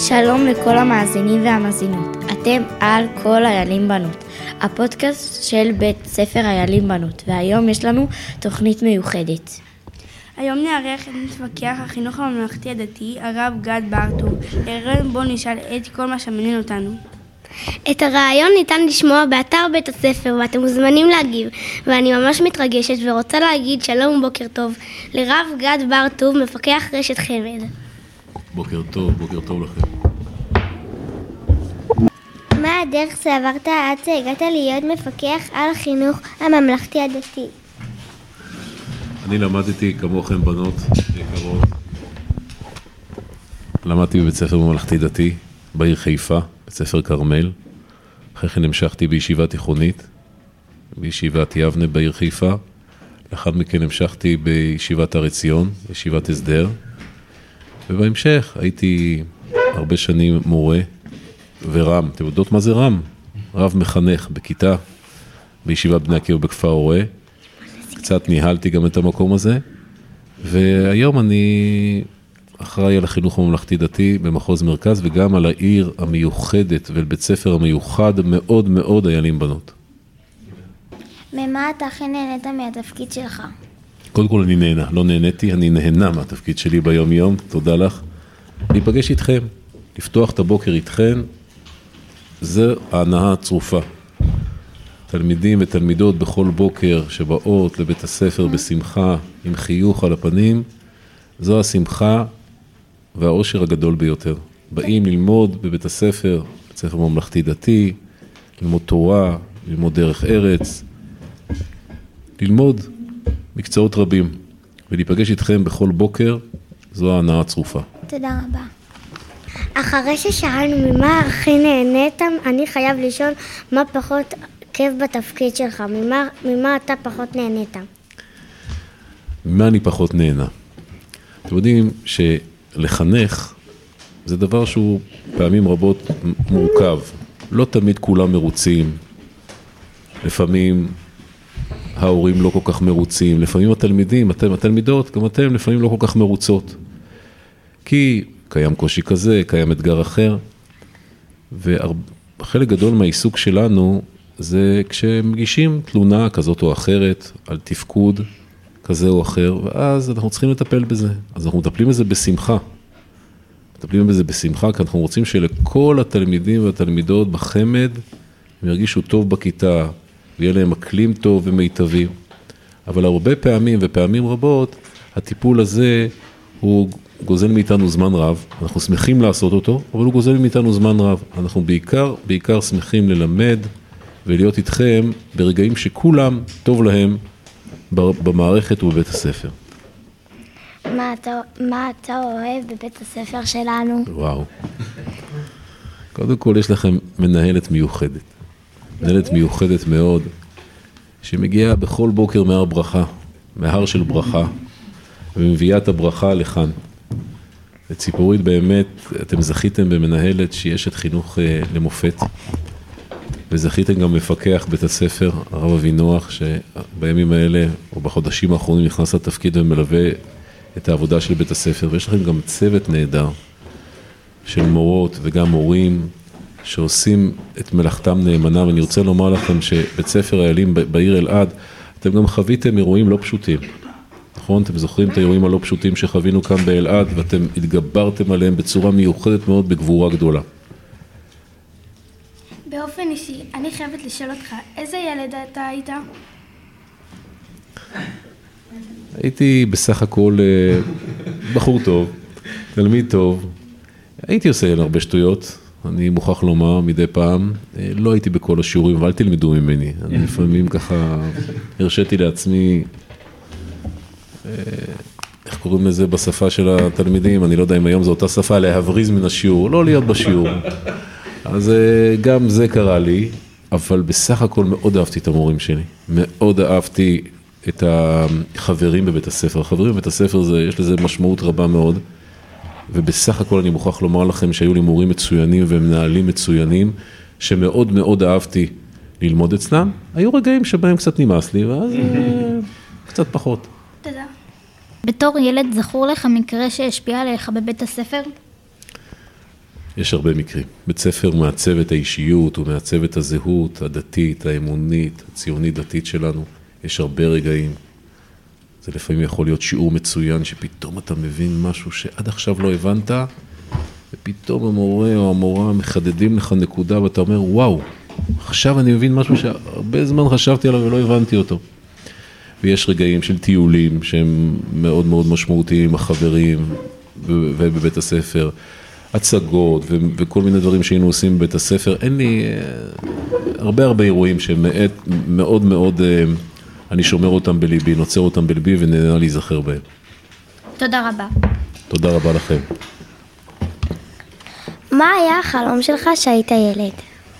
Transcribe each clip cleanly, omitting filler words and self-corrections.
שלום לכל המאזינים והמאזינות. אתם על כל איילים בנות, הפודקאסט של בית ספר איילים בנות, והיום יש לנו תוכנית מיוחדת. היום נערך את מפקח החינוך הממלכתי הדתי, הרב גד בר-טוב, ערב בו נשאל את כל מה שמעניין אותנו. את הרעיון ניתן לשמוע באתר בית הספר ואתם מוזמנים להגיב, ואני ממש מתרגשת ורוצה להגיד שלום ובוקר טוב לרב גד בר-טוב, מפקח רשת חמד. בוקר טוב לכם. מה הדרך שעברת עד שהגעת להיות מפקח על החינוך הממלכתי הדתי? אני למדתי כמוכם בנות יקרות. למדתי בבית ספר ממלכתי דתי בעיר חיפה, בית ספר כרמל. אחרי כן המשכתי בישיבה תיכונית, בישיבת יבנה בעיר חיפה. לאחר מכן המשכתי בישיבת הר עציון, ישיבת הסדר. ובהמשך הייתי הרבה שנים מורה ורם. אתם יודעות מה זה רם? רב מחנך בכיתה, בישיבת בני עקיבא בכפר הוראה. קצת ניהלתי גם את המקום הזה. והיום אני אחראי על החינוך הממלכתי דתי במחוז מרכז, וגם על העיר המיוחדת ובית ספר המיוחד מאוד מאוד איילים בנות. ממה אתה הכי נהנית מהתפקיד שלך? קודם כל אני נהנה, לא נהניתי, אני נהנה מהתפקיד שלי ביום יום, תודה לך. להיפגש איתכם, לפתוח את הבוקר איתכם, זה ההנאה הצרופה. תלמידים ותלמידות בכל בוקר שבאות לבית הספר בשמחה, עם חיוך על הפנים, זו השמחה והאושר הגדול ביותר. באים ללמוד בבית הספר, בית ספר ממלכתי דתי, ללמוד תורה, ללמוד דרך ארץ, ללמוד מקצועות רבים, ולהיפגש איתכם בכל בוקר, זו ההנאה הצרופה. תודה רבה. אחרי ששאלנו ממה הכי נהנית, אני חייב לשאול מה פחות כיף בתפקיד שלך, ממה אתה פחות נהנית? ממה אני פחות נהנה? אתם יודעים שלחנך זה דבר שהוא פעמים רבות מורכב. לא תמיד כולם מרוצים, לפעמים ההורים לא כל כך מרוצים, לפעמים התלמידים, התלמידות, גם אתם לפעמים לא כל כך מרוצות. כי קיים קושי כזה, קיים אתגר אחר, וחלק גדול מהעיסוק שלנו זה כשמגישים תלונה כזאת או אחרת על תפקוד כזה או אחר, ואז אנחנו צריכים לטפל בזה. אז אנחנו מטפלים בזה בשמחה. מטפלים בזה בשמחה, כי אנחנו רוצים שלכל התלמידים והתלמידות בחמד הם ירגישו טוב בכיתה, ויהיה להם אקלים טוב ומיטבי. אבל הרבה פעמים ופעמים רבות, הטיפול הזה הוא גוזל מאיתנו זמן רב. אנחנו שמחים לעשות אותו, אבל הוא גוזל מאיתנו זמן רב. אנחנו בעיקר שמחים ללמד ולהיות איתכם ברגעים שכולם טוב להם במערכת ובבית הספר. מה אתה אוהב בבית הספר שלנו? וואו. קודם כל יש לכם מנהלת מיוחדת. מנהלת מיוחדת מאוד, שמגיעה בכל בוקר מהר ברכה, מהר של ברכה, ומביאה את הברכה לכאן. ציפורית באמת, אתם זכיתם במנהלת שיש את חינוך למופת, וזכיתם גם לפקח בית הספר, הרב אבינוח, שבימים האלה, או בחודשים האחרונים, נכנס לתפקיד ומלווה את העבודה של בית הספר, ויש לכם גם צוות נהדר של מורות וגם מורים, שעושים את מלאכתם נאמנה, ואני רוצה לומר לכם שבית ספר איילים בעיר אלעד, אתם גם חוויתם אירועים לא פשוטים. נכון? אתם זוכרים את האירועים הלא פשוטים שחווינו כאן באלעד, ואתם התגברתם עליהם בצורה מיוחדת מאוד בגבורה גדולה. באופן אישי, אני חייבת לשאול אותך, איזה ילד אתה היית? הייתי בסך הכל בחור טוב, תלמיד טוב. הייתי עושה הרבה שטויות. אני מוכרח לומר מדי פעם, לא הייתי בכל השיעורים, אבל תלמדו ממני. אני לפעמים ככה הרשיתי לעצמי, איך קוראים לזה בשפה של התלמידים, אני לא יודע אם היום זו אותה שפה, להבריז מן השיעור, לא להיות בשיעור. אז גם זה קרה לי, אבל בסך הכל מאוד אהבתי את המורים שלי. מאוד אהבתי את החברים בבית הספר. החברים בבית הספר יש לזה משמעות רבה מאוד. ובסך הכל אני מוכרח לומר לכם שהיו לי מורים מצוינים ומנהלים מצוינים, שמאוד מאוד אהבתי ללמוד אצלם. היו רגעים שבהם קצת נמאס לי, ואז קצת פחות. תודה. בתור ילד זכור לך מקרה שהשפיע עליך בבית הספר? יש הרבה מקרים. בית ספר מעצב את האישיות, הוא מעצב את הזהות הדתית, האמונית, הציונית דתית שלנו. יש הרבה רגעים. זה לפעמים יכול להיות שיעור מצוין, שפתאום אתה מבין משהו שעד עכשיו לא הבנת, ופתאום המורה או המורה מחדדים לך נקודה, ואתה אומר, וואו, עכשיו אני מבין משהו שהרבה זמן חשבתי עליו ולא הבנתי אותו. ויש רגעים של טיולים שהם מאוד מאוד משמעותיים, החברים ובבית הספר, הצגות וכל מיני דברים שהיינו עושים בבית הספר. אין לי הרבה אירועים שהם מאוד מאוד, אני שומר אותם בליבי, נוצר אותם בליבי ונהנה להיזכר בהם. תודה רבה. תודה רבה לכם. מה היה החלום שלך שהיית ילד?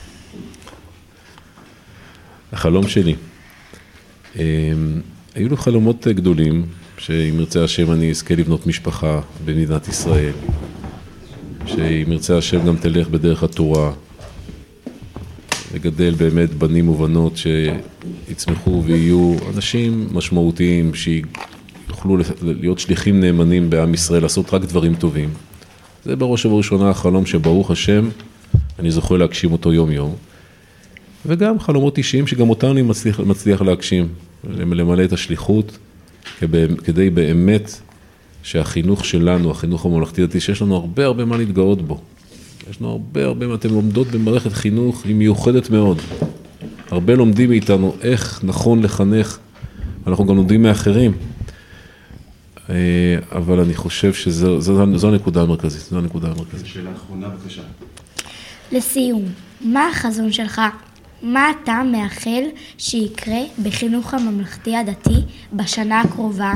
החלום שלי. היו לו חלומות גדולים, שאם ירצה השם אני אזכה לבנות משפחה במדינת ישראל, שאם ירצה השם גם תלך בדרך התורה, לגדל באמת בנים ובנות שיצמחו ויהיו אנשים משמעותיים, שיוכלו להיות שליחים נאמנים בעם ישראל, לעשות רק דברים טובים. זה בראש ובראשונה החלום שברוך השם, אני זוכה להגשים אותו יום יום. וגם חלומות אישיים שגם אותנו אני מצליח להגשים, למלא את השליחות, כדי באמת שהחינוך שלנו, החינוך הממלכתי דתי, שיש לנו הרבה מה להתגאות בו. יש לנו הרבה, אתם לומדות במערכת חינוך, היא מיוחדת מאוד. הרבה לומדים מאיתנו איך נכון לחנך, אנחנו גם לומדים מאחרים. אבל אני חושב שזו הנקודה המרכזית, שאלה אחרונה, בבקשה. לסיום, מה החזון שלך? מה אתה מאחל שיקרה בחינוך הממלכתי הדתי בשנה הקרובה?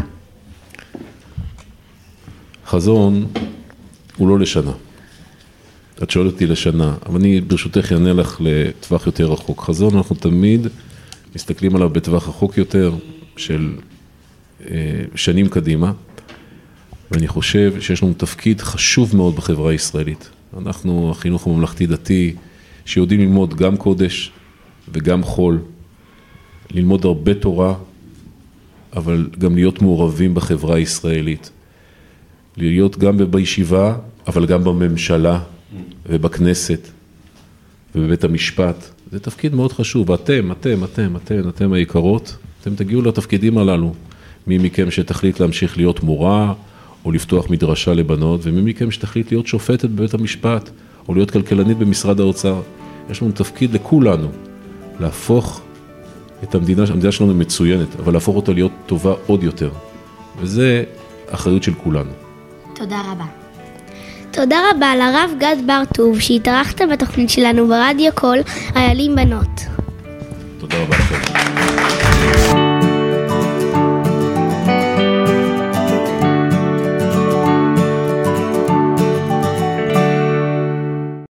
חזון הוא לא לשנה. את שואלת אותי לשנה, אבל אני ברשותך אענה לך לטווח יותר רחוק. חזון אנחנו תמיד מסתכלים עליו בטווח רחוק יותר של שנים קדימה, ואני חושב שיש לנו תפקיד חשוב מאוד בחברה הישראלית. אנחנו, החינוך הממלכתי דתי, שיודעים ללמוד גם קודש וגם חול, ללמוד הרבה תורה, אבל גם להיות מעורבים בחברה הישראלית. להיות גם בישיבה, אבל גם בממשלה ובכנסת ובבית המשפט. זה תפקיד מאוד חשוב. אתם היקרות, אתם תגיעו לתפקידים הללו. מי מכם שתחליט להמשיך להיות מורה, או לפתוח מדרשה לבנות, ומי מכם שתחליט להיות שופטת בבית המשפט, או להיות כלכלנית במשרד האוצר. יש לנו תפקיד לכולנו, להפוך את המדינה שלנו מצוינת, אבל להפוך אותה להיות טובה עוד יותר. וזה אחריות של כולנו. תודה רבה. תודה רבה לרב גד בר-טוב שהתארחת בתוכנית שלנו ברדיו קול איילים בנות. תודה רבה לכם.